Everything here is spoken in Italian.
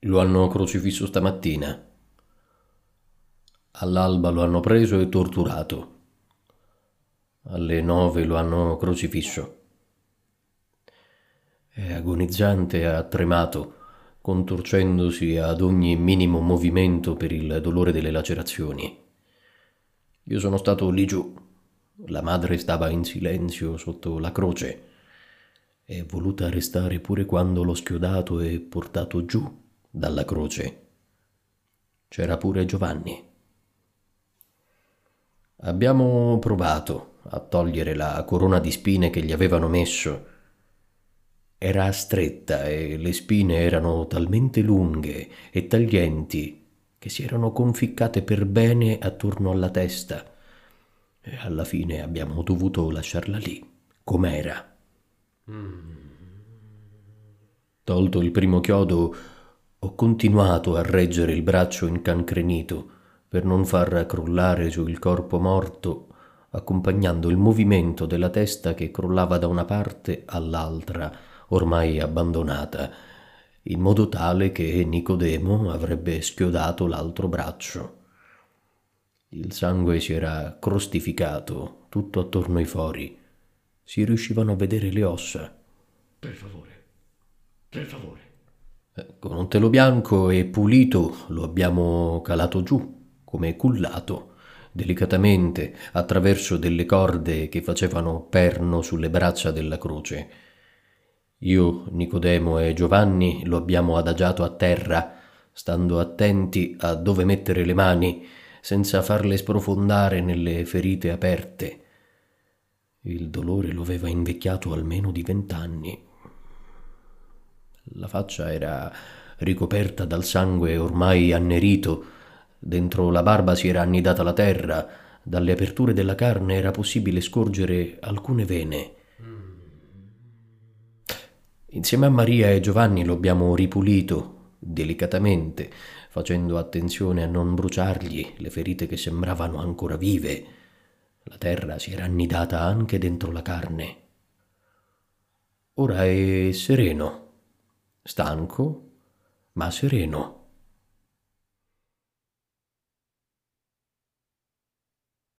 Lo hanno crocifisso stamattina. All'alba lo hanno preso e torturato. Alle 9 lo hanno crocifisso. È agonizzante e ha tremato, contorcendosi ad ogni minimo movimento per il dolore delle lacerazioni. Io sono stato lì giù. La madre stava in silenzio sotto la croce. È voluta restare pure quando l'ho schiodato e portato giù dalla croce. C'era pure Giovanni. Abbiamo provato a togliere la corona di spine che gli avevano messo. Era stretta e le spine erano talmente lunghe e taglienti che si erano conficcate per bene attorno alla testa e alla fine abbiamo dovuto lasciarla lì, com'era. Tolto il primo chiodo, ho continuato a reggere il braccio incancrenito per non far crollare su il corpo morto, accompagnando il movimento della testa che crollava da una parte all'altra, ormai abbandonata, in modo tale che Nicodemo avrebbe schiodato l'altro braccio. Il sangue si era crostificato tutto attorno ai fori. Si riuscivano a vedere le ossa. Per favore, per favore. Con un telo bianco e pulito lo abbiamo calato giù, come cullato, delicatamente, attraverso delle corde che facevano perno sulle braccia della croce. Io, Nicodemo e Giovanni lo abbiamo adagiato a terra, stando attenti a dove mettere le mani, senza farle sprofondare nelle ferite aperte. Il dolore lo aveva invecchiato almeno di 20 anni. La faccia era ricoperta dal sangue ormai annerito, dentro la barba si era annidata la terra, dalle aperture della carne era possibile scorgere alcune vene. Insieme a Maria e Giovanni lo abbiamo ripulito delicatamente, facendo attenzione a non bruciargli le ferite che sembravano ancora vive. La terra si era annidata anche dentro la carne. Ora è sereno, stanco, ma sereno.